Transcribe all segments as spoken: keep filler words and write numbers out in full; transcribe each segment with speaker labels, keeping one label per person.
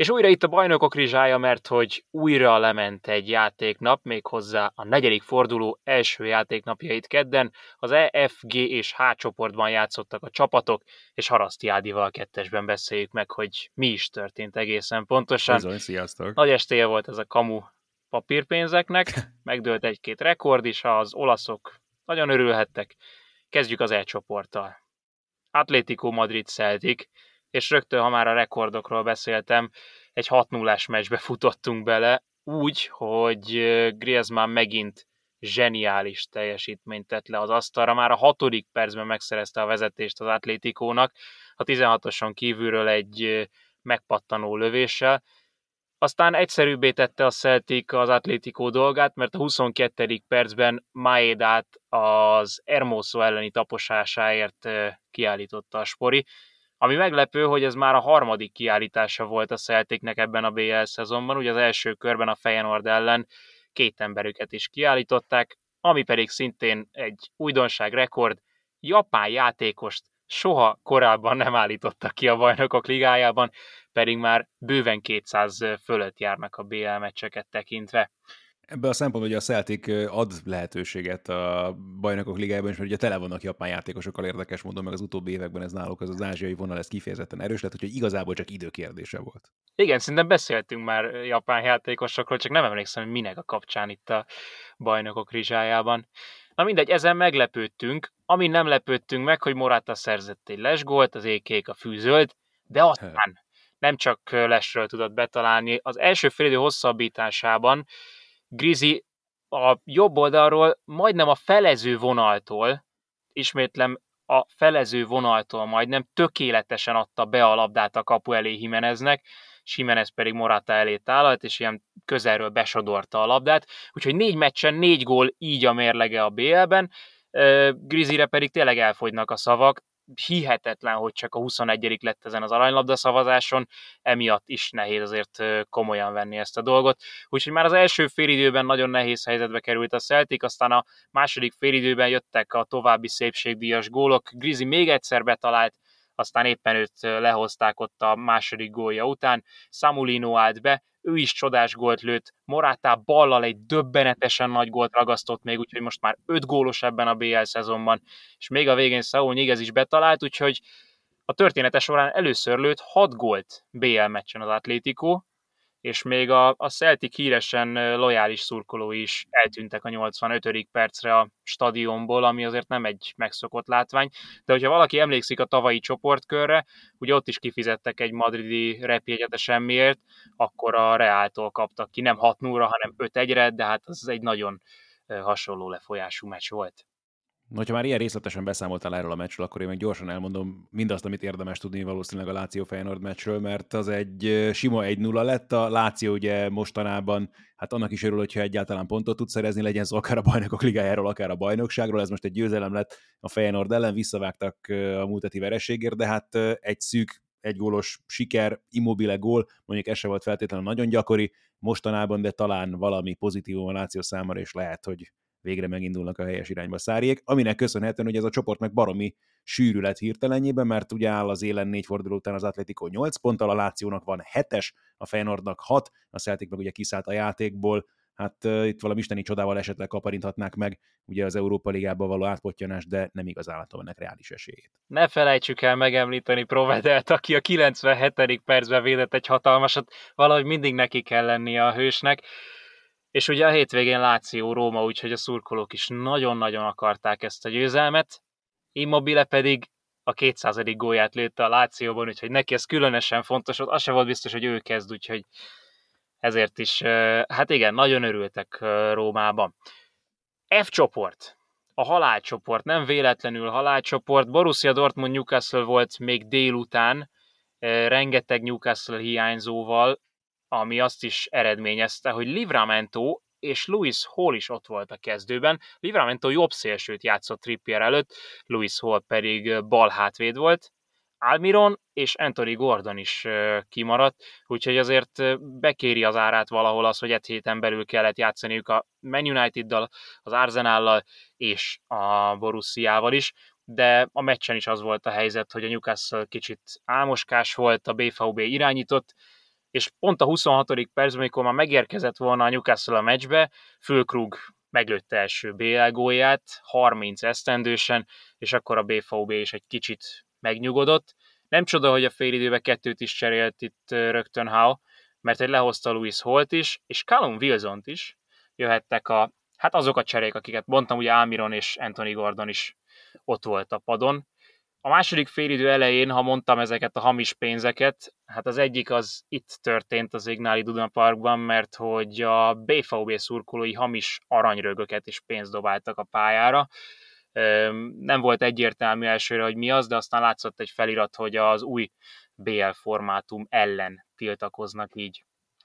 Speaker 1: És újra itt a Bajnokok Rizsája, mert hogy újra lement egy játéknap, méghozzá a negyedik forduló első játéknapjait kedden. Az E, F, G és H csoportban játszottak a csapatok, és Haraszti Ádival kettesben beszéljük meg, hogy mi is történt egészen pontosan.
Speaker 2: Bizony, sziasztok!
Speaker 1: Nagy estéje volt ez a kamu papírpénzeknek, megdőlt egy-két rekord is, az olaszok nagyon örülhettek. Kezdjük az E csoporttal. Atlético Madrid Celtic, és rögtön, ha már a rekordokról beszéltem, egy hat nullás meccsbe futottunk bele, úgy, hogy Griezmann megint zseniális teljesítményt tett le az asztalra. Már a hatodik percben megszerezte a vezetést az Atlétikónak, a tizenhatoson kívülről egy megpattanó lövéssel. Aztán egyszerűbbé tette a Celtic az Atlético dolgát, mert a huszonkettedik percben Maedát az Hermoso elleni taposásáért kiállította a Spori. Ami meglepő, hogy ez már a harmadik kiállítása volt a Celticnek ebben a bé el szezonban, ugye az első körben a Feyenoord ellen két emberüket is kiállították, ami pedig szintén egy újdonság, rekord, japán játékost soha korábban nem állítottak ki a Bajnokok Ligájában, pedig már bőven kétszáz fölött járnak a bé el meccseket tekintve.
Speaker 2: Ebben a szempontból, hogy a Celtic ad lehetőséget a Bajnokok Ligájában is, mert ugye tele vannak japán játékosokkal érdekes módon, meg az utóbbi években ez náluk az, az ázsiai vonal, ez kifejezetten erős lett, úgyhogy igazából csak időkérdése volt.
Speaker 1: Igen, szerintem beszéltünk már japán játékosokról, csak nem emlékszem, hogy minek a kapcsán itt a Bajnokok Rizsájában. Na mindegy, ezen meglepődtünk. Ami nem lepődtünk meg, hogy Morata szerzett egy lesgólt, az ékék a fűzöld, de aztán nem csak lesről tudott betalálni. Az első félidő hosszabbításában Grizi a jobb oldalról majdnem a felező vonaltól, ismétlem a felező vonaltól majdnem tökéletesen adta be a labdát a kapu elé Jimeneznek, és Jimenez pedig Morata elé tálalt, és ilyen közelről besodorta a labdát. Úgyhogy négy meccsen négy gól, így a mérlege a bé el-ben. Grizire pedig tényleg elfogynak a szavak. Hihetetlen, hogy csak a huszonegyedik lett ezen az aranylabda szavazáson, emiatt is nehéz azért komolyan venni ezt a dolgot. Úgyhogy már az első félidőben nagyon nehéz helyzetbe került a Celtic, aztán a második félidőben jöttek a további szépségdíjas gólok. Grizi még egyszer betalált, aztán éppen őt lehozták ott a második gólja után. Samulino állt be, ő is csodás gólt lőtt, Morata ballal egy döbbenetesen nagy gólt ragasztott még, úgyhogy most már öt gólos ebben a bé el szezonban, és még a végén Saúl Ñíguez is betalált, úgyhogy a története során először lőtt hat gólt bé el meccsen az Atlético, és még a, a Celtic híresen lojális szurkolói is eltűntek a nyolcvanötödik percre a stadionból, ami azért nem egy megszokott látvány, de hogyha valaki emlékszik a tavalyi csoportkörre, ugye ott is kifizettek egy madridi repjegyet a semmiért, akkor a Reáltól kaptak ki, nem hat nullra, hanem öt egyre, de hát az egy nagyon hasonló lefolyású meccs volt.
Speaker 2: No, ha már ilyen részletesen beszámoltál erről a meccsről, akkor én meg gyorsan elmondom mindazt, amit érdemes tudni valószínűleg a Láció Feyenoord meccsről, mert az egy sima egy nulla lett. A Láció ugye mostanában, hát annak is örül, hogyha egyáltalán pontot tud szerezni, legyen szó akár a Bajnokok Ligájáról, akár a bajnokságról. Ez most egy győzelem lett a Feyenoord ellen, visszavágtak a múlt heti vereségért, de hát egy szűk, egy gólos siker, Immobile gól, mondjuk ez se volt feltétlenül nagyon gyakori mostanában, de talán valami pozitívum a Láció számára, és lehet, hogy végre megindulnak a helyes irányba Száriék, aminek köszönhetően, hogy ez a csoport meg baromi sűrű lett hirtelenjében, mert ugye áll az élen négy forduló után az Atlético nyolc ponttal, a Lációnak van hetes, a Feyenoordnak hat, a Celtic meg ugye kiszállt a játékból, hát uh, itt valami isteni csodával esetleg kaparinthatnák meg ugye az Európa Ligába való átpottyanás, de nem igazán látom ennek reális esélyét.
Speaker 1: Ne felejtsük el megemlíteni Provedelt, aki a kilencvenhetedik percben védett egy hatalmasat, valahogy mindig neki kell lennie a hősnek. És ugye a hétvégén Láció Róma, úgyhogy a szurkolók is nagyon-nagyon akarták ezt a győzelmet. Immobile pedig a kétszázadik gólját lőtte a Lációban, úgyhogy neki ez különösen fontos, az se volt biztos, hogy ő kezd, úgyhogy ezért is, hát igen, nagyon örültek Rómában. F csoport, a halálcsoport, nem véletlenül halálcsoport. Borussia Dortmund Newcastle volt még délután, rengeteg Newcastle hiányzóval, ami azt is eredményezte, hogy Livramento és Lewis Hall is ott volt a kezdőben. Livramento jobb szélsőt játszott Trippier előtt, Lewis Hall pedig bal hátvéd volt. Almiron és Anthony Gordon is kimaradt, úgyhogy azért bekéri az árát valahol az, hogy egy héten belül kellett játszaniuk a Man United-dal, az Arsenal-lal és a Borussiával is, de a meccsen is az volt a helyzet, hogy a Newcastle kicsit álmoskás volt, a bé vé bé irányított, és pont a huszonhatodik percben, amikor már megérkezett volna a Newcastle a meccsbe, Füllkrug meglőtte első bé el gólját, harminc esztendősen, és akkor a bé ef bé is egy kicsit megnyugodott. Nem csoda, hogy a félidőben kettőt is cserélt itt rögtön Howe, mert egy lehozta Lewis Holt is, és Callum Wilsont is. Jöhettek a, hát azok a cserék, akiket mondtam, ugye Almiron és Anthony Gordon is ott volt a padon. A második félidő elején, ha mondtam ezeket a hamis pénzeket, hát az egyik az itt történt az Ignali Duna Parkban, mert hogy a bé ef bé szurkolói hamis aranyrögöket és pénzt dobáltak a pályára. Nem volt egyértelmű elsőre, hogy mi az, de aztán látszott egy felirat, hogy az új bé el formátum ellen tiltakoznak így.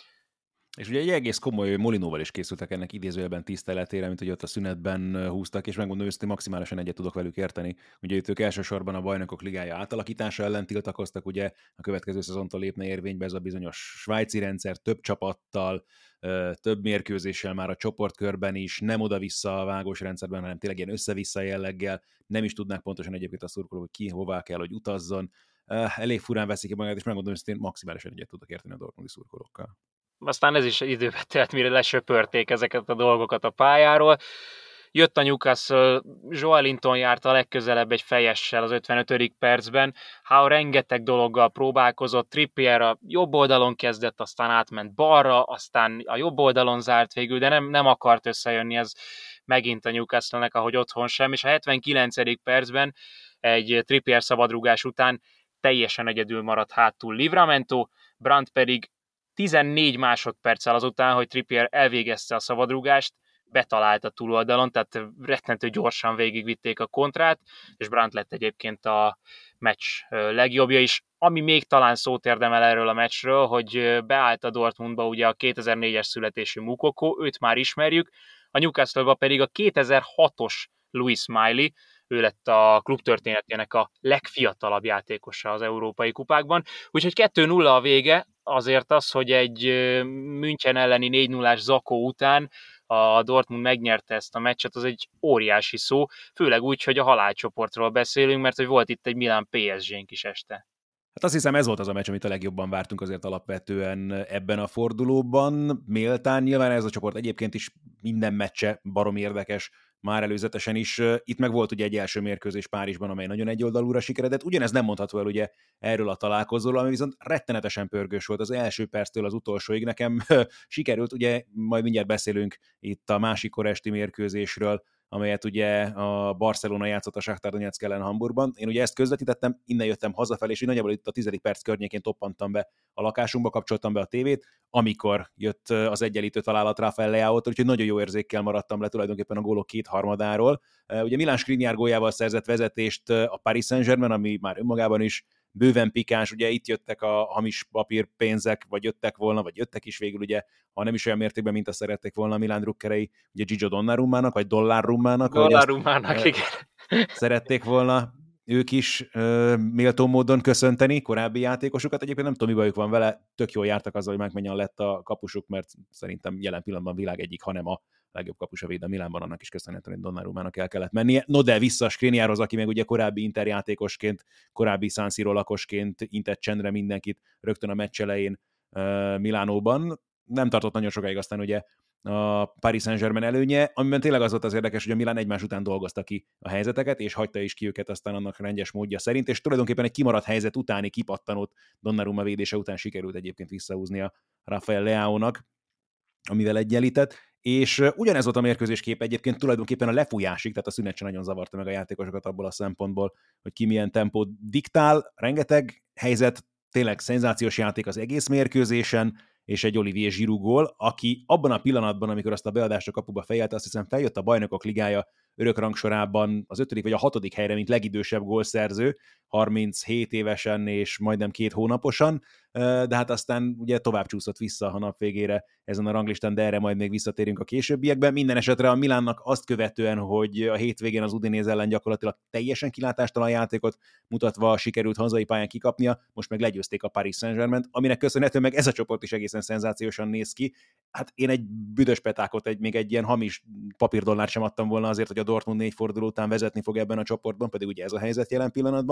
Speaker 2: És ugye egy egész komoly Molinóval is készültek ennek idézőjelben tiszteletére, mint hogy ott a szünetben húztak, és megmondom őszintén, maximálisan egyet tudok velük érteni. Ugye ők elsősorban a Bajnokok Ligája átalakítása ellen tiltakoztak, ugye a következő szezontól lépne érvénybe ez a bizonyos svájci rendszer, több csapattal, több mérkőzéssel már a csoportkörben is, nem oda-vissza a vágós rendszerben, hanem tényleg ilyen össze-vissza jelleggel, nem is tudnák pontosan egyébként a szurkolók, hogy ki hová kell, hogy utazzon. Elég furán veszik ki magát, és megmondom őszintén, maximálisan egyet tudok érteni a dortmundi szurkolókkal.
Speaker 1: Aztán ez is időbe telt, mire lesöpörték ezeket a dolgokat a pályáról. Jött a Newcastle, Joelinton járt a legközelebb egy fejessel az ötvenötödik percben. Howe rengeteg dologgal próbálkozott, Trippier a jobb oldalon kezdett, aztán átment balra, aztán a jobb oldalon zárt végül, de nem, nem akart összejönni ez megint a Newcastle-nek, ahogy otthon sem, és a hetvenkilencedik percben egy Trippier szabadrúgás után teljesen egyedül maradt hátul Livramento, Brandt pedig tizennégy másodperccel azután, hogy Trippier elvégezte a szabadrúgást, betalált a túloldalon, tehát rettentő gyorsan végigvitték a kontrát, és Brandt lett egyébként a meccs legjobbja is. Ami még talán szót érdemel erről a meccsről, hogy beállt a Dortmundba ugye a kétezer-négyes születésű Moukoko, őt már ismerjük, a Newcastle-ba pedig a kétezer-hatos Louis Smiley, ő lett a klub történetének a legfiatalabb játékosa az európai kupákban. Úgyhogy kettő nulla a vége, azért az, hogy egy München elleni négy nullás zakó után a Dortmund megnyerte ezt a meccset, az egy óriási szó, főleg úgy, hogy a halálcsoportról beszélünk, mert hogy volt itt egy Milan pé es gé-nk is este.
Speaker 2: Hát azt hiszem ez volt az a meccs, amit a legjobban vártunk azért alapvetően ebben a fordulóban. Méltán nyilván ez a csoport egyébként is minden meccse barom érdekes, már előzetesen is. Itt meg volt ugye egy első mérkőzés Párizsban, amely nagyon egyoldalúra sikeredett. Ugyanez nem mondható el ugye erről a találkozóról, ami viszont rettenetesen pörgős volt az első perctől az utolsóig. Nekem sikerült, ugye majd mindjárt beszélünk itt a másik koresti mérkőzésről, amelyet ugye a Barcelona játszott a Shakhtar Donetsk ellen Hamburgban. Én ugye ezt közvetítettem, innen jöttem hazafelé, és nagyjából itt a tizedik perc környékén toppantam be a lakásunkba, kapcsoltam be a tévét, amikor jött az egyenlítő találat Rafael Leao-tól, úgyhogy nagyon jó érzékkel maradtam le tulajdonképpen a gólok kétharmadáról. Ugye Milan Skriniar góljával szerzett vezetést a Paris Saint-Germain, ami már önmagában is bőven pikáns, ugye itt jöttek a hamis papírpénzek, vagy jöttek volna, vagy jöttek is végül, ugye, ha nem is olyan mértékben, mint azt szerették volna a Milán drukkerei, ugye Gigio Donnarummának, vagy Dollárummának,
Speaker 1: Dollárummának, igen.
Speaker 2: Szerették volna ők is ö, méltó módon köszönteni korábbi játékosukat. Egyébként nem tudom, mi bajuk van vele, tök jól jártak azzal, hogy megmenjen lett a kapusuk, mert szerintem jelen pillanatban világ egyik, hanem a legjobb kapus a véd a Milánban, annak is köszönhetően, hogy Donnarummának el kellett mennie. No de vissza Skriniarhoz, aki meg ugye korábbi Inter játékosként, korábbi San Siro lakosként intett csendre mindenkit rögtön a meccs elején uh, Milánóban. Nem tartott nagyon sokáig, aztán ugye a Paris Saint-Germain előnye, amiben tényleg az volt az érdekes, hogy a Milán egymás után dolgozta ki a helyzeteket, és hagyta is ki őket aztán annak rendes módja szerint, és tulajdonképpen egy kimaradt helyzet utáni kipattanót Donnarumma védése után sikerült egyébként visszahúzni a Rafael Leao-nak, amivel egyenlített, és ugyanez volt a mérkőzéskép egyébként tulajdonképpen a lefújásig, tehát a szünet sem nagyon zavarta meg a játékosokat abból a szempontból, hogy ki milyen tempót diktál, rengeteg helyzet, tényleg szenzációs játék az egész mérkőzésen, és egy Olivier Giroud gól, aki abban a pillanatban, amikor azt a beadást a kapuba fejelte, azt hiszem feljött a Bajnokok Ligája örök rangsorában az ötödik vagy a hatodik helyre, mint legidősebb gólszerző, harminchét évesen és majdnem két hónaposan, de hát aztán ugye tovább csúszott vissza a nap végére ezen a ranglistán, de erre majd még visszatérünk a későbbiekben. Minden esetre a Milánnak azt követően, hogy a hétvégén az Udinese ellen gyakorlatilag teljesen kilátástalan játékot mutatva sikerült hazai pályán kikapnia, most meg legyőzték a Paris Saint-Germaint, aminek köszönhetően meg ez a csoport is egészen szenzációsan néz ki. Hát én egy büdös petákot, egy, még egy ilyen hamis papírdollárt sem adtam volna azért, hogy a Dortmund négy forduló után vezetni fog ebben a csoportban, pedig ugye ez a helyzet jelen pillanatban.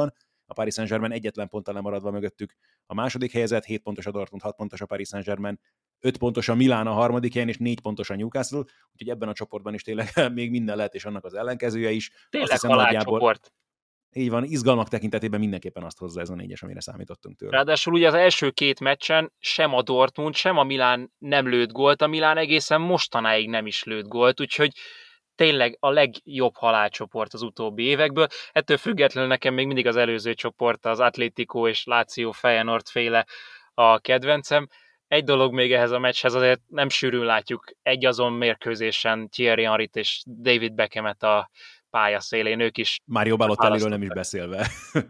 Speaker 2: a Paris Saint-Germain egyetlen ponttal nem maradva mögöttük a második helyezett, hét pontos a Dortmund, hat pontos a Paris Saint-Germain, öt pontos a Milán a harmadik helyen, és négy pontos a Newcastle, úgyhogy ebben a csoportban is tényleg még minden lehet, és annak az ellenkezője is.
Speaker 1: Tényleg
Speaker 2: Azt hiszem nagyjából, így van, izgalmak tekintetében mindenképpen azt hozza ez a négyes, amire számítottunk tőle.
Speaker 1: Ráadásul ugye az első két meccsen sem a Dortmund, sem a Milán nem lőtt gólt, a Milán egészen mostanáig nem is lőtt gólt, úgyhogy tényleg a legjobb halálcsoport az utóbbi évekből. Ettől függetlenül nekem még mindig az előző csoport, az Atlético és Lazio Feyenoord féle a kedvencem. Egy dolog még ehhez a meccshez, azért nem sűrűn látjuk egy azon mérkőzésen Thierry Henryt és David Beckhamet a pálya szélén, ők is.
Speaker 2: Mario Balotelliről nem is beszélve.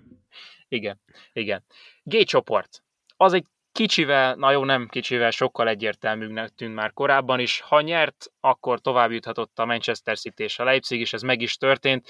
Speaker 1: Igen, igen. G csoport. Az egy kicsivel, na jó, nem kicsivel, sokkal egyértelműbbnek tűnt már korábban is. Ha nyert, akkor tovább juthatott a Manchester City és a Leipzig, és ez meg is történt.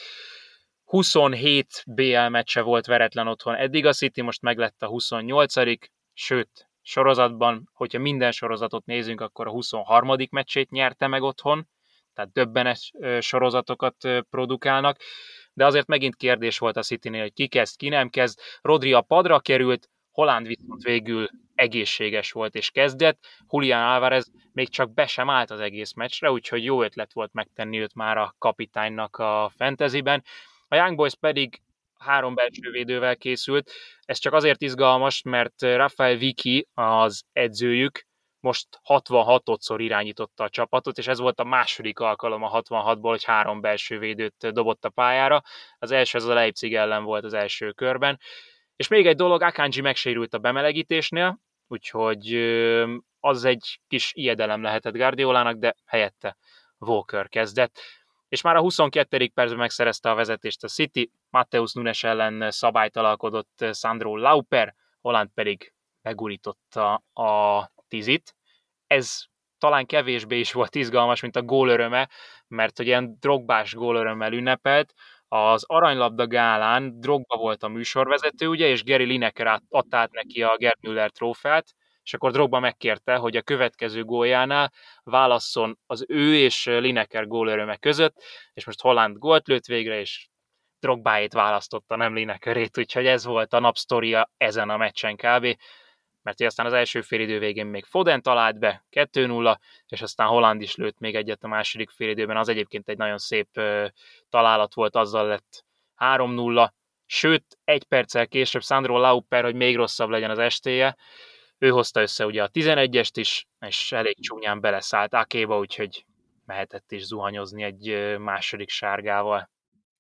Speaker 1: huszonhét bé el meccse volt veretlen otthon eddig a City, most meglett a huszonnyolcadik, sőt, sorozatban, hogyha minden sorozatot nézünk, akkor a huszonharmadik meccsét nyerte meg otthon, tehát döbbenes sorozatokat produkálnak, de azért megint kérdés volt a Citynél, hogy ki kezd, ki nem kezd. Rodri a padra került, Haaland viszont végül egészséges volt és kezdett, Julián Álvarez még csak be sem állt az egész meccsre, úgyhogy jó ötlet volt megtenni őt már a kapitánynak a fantasyben. A Young Boys pedig három belső védővel készült. Ez csak azért izgalmas, mert Rafael Vicky, az edzőjük, most hatvanhatodszor irányította a csapatot, és ez volt a második alkalom a hatvanhatból, hogy három belső védőt dobott a pályára. Az első az a Leipzig ellen volt az első körben. És még egy dolog, Akanji megsérült a bemelegítésnél, úgyhogy az egy kis ijedelem lehetett Guardiolának, de helyette Walker kezdett. És már a huszonkettedik percben megszerezte a vezetést a City, Matheus Nunes ellen szabályt alkodott Sandro Lauper, Haaland pedig megurította a tízit. Ez talán kevésbé is volt izgalmas, mint a gólöröme, mert hogy ilyen Drogbás gólörömmel ünnepelt. Az aranylabda gálán Drogba volt a műsorvezető, ugye, és Gary Lineker adta át neki a Gerd Müller trófeát, és akkor Drogba megkérte, hogy a következő góljánál válasszon az ő és Lineker gólöröme között, és most Haaland gólt lőtt végre, és Drogbáét választotta, nem Linekerét, úgyhogy ez volt a napsztoria ezen a meccsen kb. Mert aztán az első félidő végén még Foden talált be, kettő nulla, és aztán Haaland is lőtt még egyet a második félidőben, az egyébként egy nagyon szép uh, találat volt, azzal lett három nulla, sőt, egy perccel később Sandro Lauper, hogy még rosszabb legyen az estéje, ő hozta össze ugye a tizenegyest is, és elég csúnyán beleszállt Akéba, úgyhogy mehetett is zuhanyozni egy második sárgával.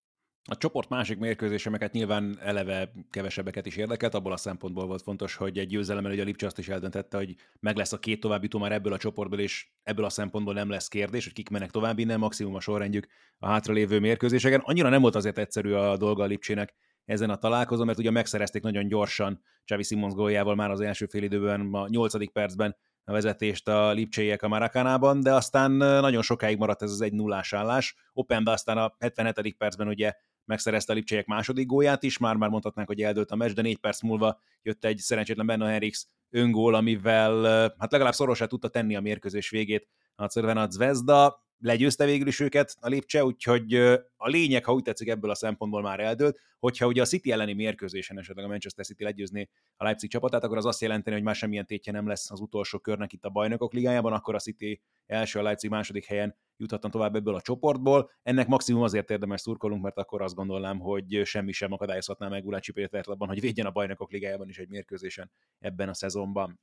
Speaker 2: A csoport másik mérkőzése, meg hát nyilván eleve kevesebbeket is érdekelt, abból a szempontból volt fontos, hogy egy győzelemmel ugye a Lipcse azt is eldöntette, hogy meg lesz a két továbbjutó már ebből a csoportból, és ebből a szempontból nem lesz kérdés, hogy kik mennek tovább innen, maximum a sorrendjük a hátralévő mérkőzéseken. Annyira nem volt azért egyszerű a dolga a Lipcsének ezen a találkozón, mert ugye megszerezték nagyon gyorsan Xavi Simons góljával már az első félidőben, a nyolcadik percben a vezetést a Lipcséiek a Maracanában, de aztán nagyon sokáig maradt ez az egy nullás állás. Openda aztán a hetvenhetedik percben ugye megszerezte a Lipcséiek második gólját is, már-már mondhatnánk, hogy eldőlt a meccs, de négy perc múlva jött egy szerencsétlen Benno Henriks öngól, amivel hát legalább szorosá tudta tenni a mérkőzés végét a Crvena Zvezda. Legyőzte végül is őket a Lipcse, úgyhogy a lényeg, ha úgy tetszik, ebből a szempontból már eldőlt. Hogyha ugye a City elleni mérkőzésen esetleg a Manchester City legyőzné a Leipzig csapatát, akkor az azt jelenteni, hogy már semmilyen tétje nem lesz az utolsó körnek itt a Bajnokok Ligájában, akkor a City első, a Leipzig második helyen juthatna tovább ebből a csoportból. Ennek maximum azért érdemes szurkolunk, mert akkor azt gondolnám, hogy semmi sem akadályozhatná meg Gulácsi Pétert abban, hogy védjen a Bajnokok Ligájában is egy mérkőzésen ebben a szezonban.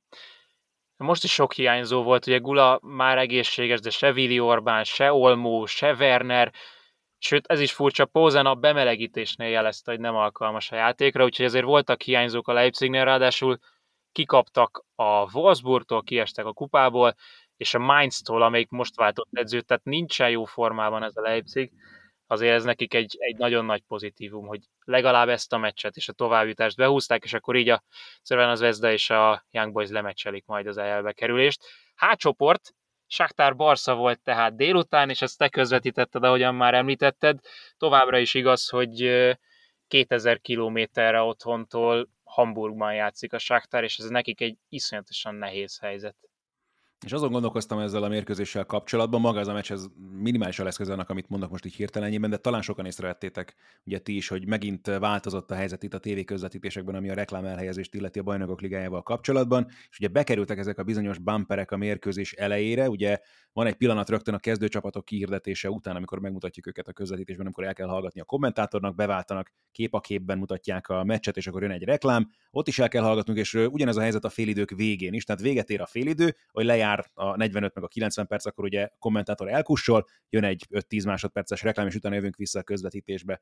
Speaker 1: Most is sok hiányzó volt, ugye Gula már egészséges, de se Vili Orbán, se Olmó, se Werner, sőt ez is furcsa, Pozen a bemelegítésnél jelezte, hogy nem alkalmas a játékra, úgyhogy azért voltak hiányzók a Leipzignél, ráadásul kikaptak a Wolfsburgtól, kiestek a kupából, és a Mainztól, amelyik most váltott edzőt, tehát nincsen jó formában ez a Leipzig, azért ez nekik egy, egy nagyon nagy pozitívum, hogy legalább ezt a meccset és a továbbjutást behúzták, és akkor így a Crvena Zvezda és a Young Boys lemeccselik majd az é el-be kerülést. H-csoport, Shakhtar Barca volt tehát délután, és ezt te közvetítetted, ahogyan már említetted. Továbbra is igaz, hogy kétezer kilométerre otthontól Hamburgban játszik a Shakhtar, és ez nekik egy iszonyatosan nehéz helyzet.
Speaker 2: És azon gondolkoztam ezzel a mérkőzéssel kapcsolatban, maga az a meccs, ez minimálisan lesz közel annak, amit mondok most így hirtelenjében, de talán sokan észrevettétek, ugye ti is, hogy megint változott a helyzet itt a tévé közvetítésekben, ami a reklám elhelyezést illeti a Bajnokok Ligájával kapcsolatban, és ugye bekerültek ezek a bizonyos bumperek a mérkőzés elejére, ugye van egy pillanat rögtön a kezdőcsapatok kihirdetése után, amikor megmutatjuk őket a közvetítésben, amikor el kell hallgatni a kommentátornak, beváltanak, kép a képben mutatják a meccset, és akkor jön egy reklám, ott is el kell hallgatnunk, és ugyanez a helyzet a félidők végén is, tehát véget ér a félidő, hogy lejár a negyvenöt meg a kilencven perc, akkor ugye a kommentátor elkussol, jön egy öt-tíz másodperces reklám, és utána jövünk vissza a közvetítésbe.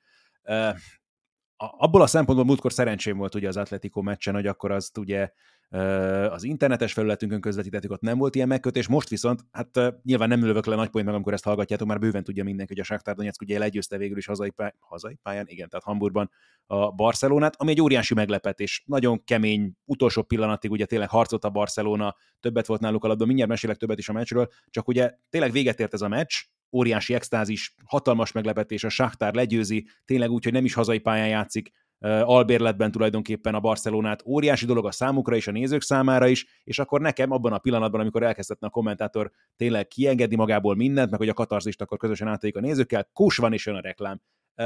Speaker 2: Abból a szempontból múltkor szerencsém volt ugye az Atletico meccsen, hogy akkor azt ugye az internetes felületünkön közvetítettük, ott nem volt ilyen megkötés, most viszont, hát nyilván nem lövök le nagy point meg, amikor ezt hallgatjátok, már bőven tudja mindenki, hogy a Shakhtar Donetsk ugye legyőzte végül is hazai, pály- hazai pályán, igen, tehát Hamburgban a Barcelonát, ami egy óriási meglepetés, nagyon kemény, utolsó pillanatig ugye tényleg harcolt a Barcelona, többet volt náluk a labda, mindjárt mesélek többet is a meccsről, csak ugye tényleg véget ért ez a meccs, óriási extázis, hatalmas meglepetés, a Shakhtar legyőzi, tényleg úgy, hogy nem is hazai pályán játszik, albérletben tulajdonképpen a Barcelonát. Óriási dolog a számukra és a nézők számára is, és akkor nekem abban a pillanatban, amikor elkezdett a kommentátor tényleg kiengedni magából mindent, meg hogy a katarzist akkor közösen átéljük a nézőkkel, kus van és jön a reklám.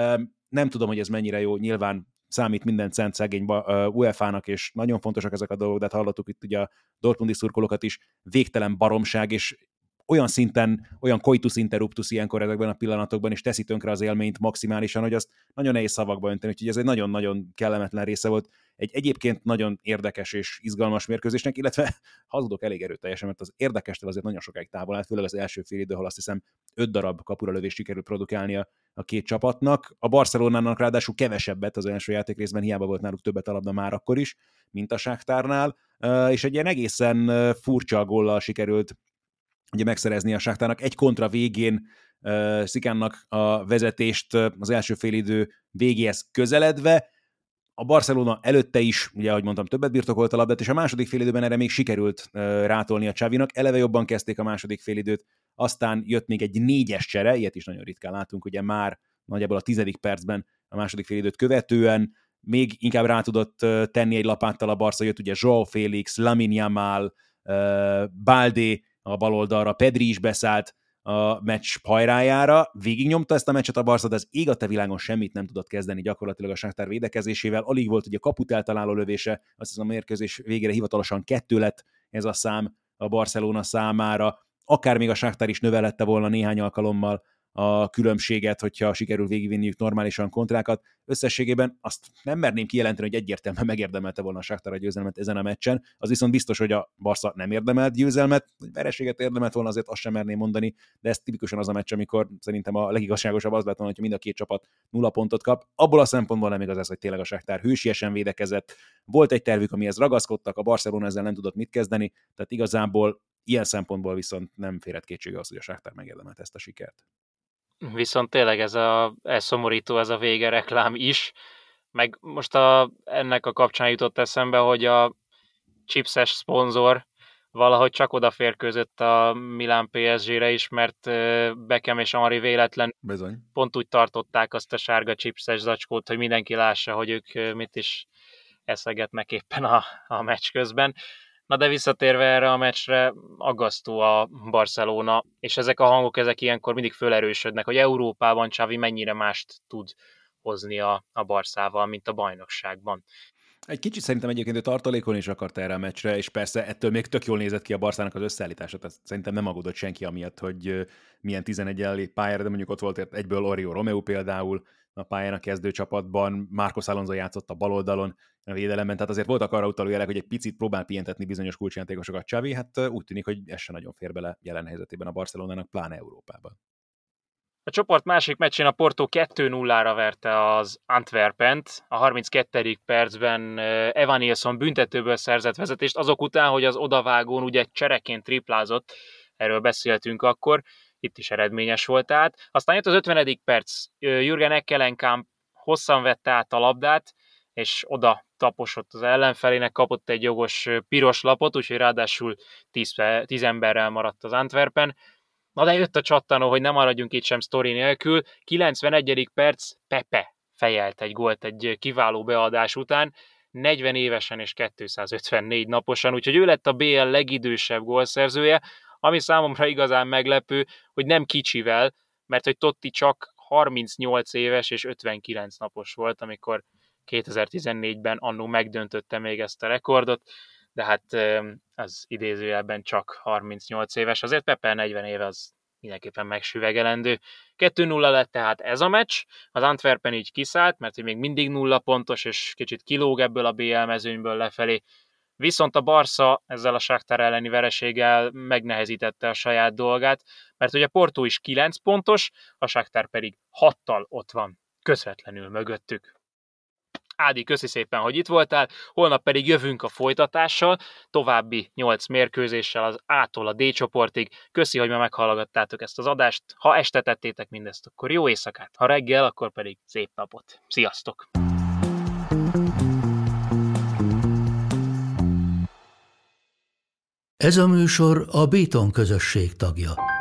Speaker 2: Nem tudom, hogy ez mennyire jó, nyilván számít minden cent szegény u e fá-nak, és nagyon fontosak ezek a dolgok, de hát hallottuk itt ugye a dortmundi szurkolókat is, végtelen baromság, és olyan szinten, olyan coitus interruptus ilyenkor ezekben a pillanatokban, és teszi tönkre az élményt maximálisan, hogy azt nagyon nehéz szavakba önteni, úgyhogy ez egy nagyon-nagyon kellemetlen része volt egy egyébként nagyon érdekes és izgalmas mérkőzésnek, illetve hazudok elég erőteljesen, mert az érdekestől azért nagyon sokáig távol állt, főleg az első fél idő, ahol azt hiszem öt darab kapura lövést sikerült produkálni a, a két csapatnak. A Barcelonának ráadásul kevesebbet az első játék részben, hiába volt náluk többet a labda már akkor is, mint a Shakhtárnál, és egy ilyen egészen furcsa góllal sikerült ugye megszerezni a Shakhtarnak. Egy kontra végén uh, Szikánnak a vezetést uh, az első félidő végéhez közeledve, a Barcelona előtte is, ugye ahogy mondtam, többet birtokolt a labdát, és a második félidőben erre még sikerült uh, rátolni a Xavinak. Eleve jobban kezdték a második félidőt, aztán jött még egy négyes csere, ilyet is nagyon ritkán látunk, ugye már nagyjából a tizedik percben a második félidőt követően, még inkább rá tudott uh, tenni egy lapáttal a Barca, jött ugye João Félix, Lamine Yamal, uh, Balde, a bal oldalra, Pedri is beszállt a meccs hajrájára, végignyomta ezt a meccset a Barca, de az ég a te világon semmit nem tudott kezdeni gyakorlatilag a Shakhtar védekezésével, alig volt ugye kaput eltaláló lövése, azt hiszem a mérkőzés végére hivatalosan kettő lett ez a szám a Barcelona számára, akár még a Shakhtar is növelette volna néhány alkalommal a különbséget, hogyha sikerül végigvinniük normálisan kontrákat. Összességében azt nem merném kijelenteni, hogy egyértelműen megérdemelte volna a Shakhtar a győzelmet ezen a meccsen. Az viszont biztos, hogy a Barca nem érdemelt győzelmet, hogy vereséget érdemelt volna, azért azt sem merném mondani, de ez tipikusan az a meccs, amikor szerintem a legigazságosabb az lett volna, hogyha mind a két csapat nulla pontot kap. Abból a szempontból nem igaz ez, hogy tényleg a Shakhtar hősiesen védekezett. Volt egy tervük, amihez ragaszkodtak, a Barcelona ezzel nem tudott mit kezdeni, tehát igazából ilyen szempontból viszont nem férhet kétsége az, hogy a Shakhtar megérdemelt ezt a sikert.
Speaker 1: Viszont tényleg ez a ez szomorító, ez a vége reklám is, meg most a, ennek a kapcsán jutott eszembe, hogy a chipses szponzor valahogy csak odaférkőzött a Milán pé es gére is, mert Beckham és Henry véletlen
Speaker 2: Bizony.
Speaker 1: pont úgy tartották azt a sárga chipses zacskót, hogy mindenki lássa, hogy ők mit is eszegetnek éppen a, a meccs közben. Na de visszatérve erre a meccsre, aggasztó a Barcelona, és ezek a hangok ezek ilyenkor mindig fölerősödnek, hogy Európában Xavi mennyire mást tud hozni a, a Barszával, mint a bajnokságban.
Speaker 2: Egy kicsit szerintem egyébként ő tartalékon is akart erre a meccsre, és persze ettől még tök jól nézett ki a Barszának az összeállítása, tehát szerintem nem aggódott senki amiatt, hogy milyen tizenegy lép pályára, de mondjuk ott volt egyből Oriol Romeu például a pályán a kezdőcsapatban, Marcos Alonso játszott a bal oldalon a védelemben, tehát azért voltak arra utaló jelek, hogy egy picit próbál pihentetni bizonyos kulcsjátékosokat Xavi, hát úgy tűnik, hogy ez se nagyon fér bele jelen helyzetében a Barcelonának, pláne Európában.
Speaker 1: A csoport másik meccsén a Porto kettő nullára verte az Antwerpent. A harminckettedik percben Evan Nilsson büntetőből szerzett vezetést, azok után, hogy az odavágón ugye csereként triplázott, erről beszéltünk akkor, itt is eredményes volt tehát. Aztán jött az ötvenedik perc, Jürgen Ekkelenkamp hosszan vette át a labdát, és oda taposott az ellenfelének, kapott egy jogos piros lapot, úgyhogy ráadásul tíz, tíz emberrel maradt az Antwerpen. Na de jött a csattanó, hogy nem maradjunk itt sem sztori nélkül. kilencvenegyedik perc, Pepe fejelt egy gólt egy kiváló beadás után. negyven évesen és kétszázötvennégy naposan, úgyhogy ő lett a bé el legidősebb gólszerzője, ami számomra igazán meglepő, hogy nem kicsivel, mert hogy Totti csak harmincnyolc éves és ötvenkilenc napos volt, amikor kétezer-tizennégyben annó megdöntötte még ezt a rekordot, de hát az idézőjelben csak harmincnyolc éves, azért Pepe negyven éve az mindenképpen megsüvegelendő. kettő nulla lett tehát ez a meccs, az Antwerpen így kiszállt, mert hogy még mindig nulla pontos, és kicsit kilóg ebből a bé el mezőnyből lefelé. Viszont a Barca ezzel a Shakhtar elleni vereséggel megnehezítette a saját dolgát, mert ugye Porto is kilenc pontos, a Shakhtar pedig hattal ott van, közvetlenül mögöttük. Ádi, köszi szépen, hogy itt voltál, holnap pedig jövünk a folytatással, további nyolc mérkőzéssel az A-tól a D csoportig. Köszi, hogy ma meghallgattátok ezt az adást. Ha este tettétek mindezt, akkor jó éjszakát, ha reggel, akkor pedig szép napot. Sziasztok!
Speaker 3: Ez a műsor a Béton közösség tagja.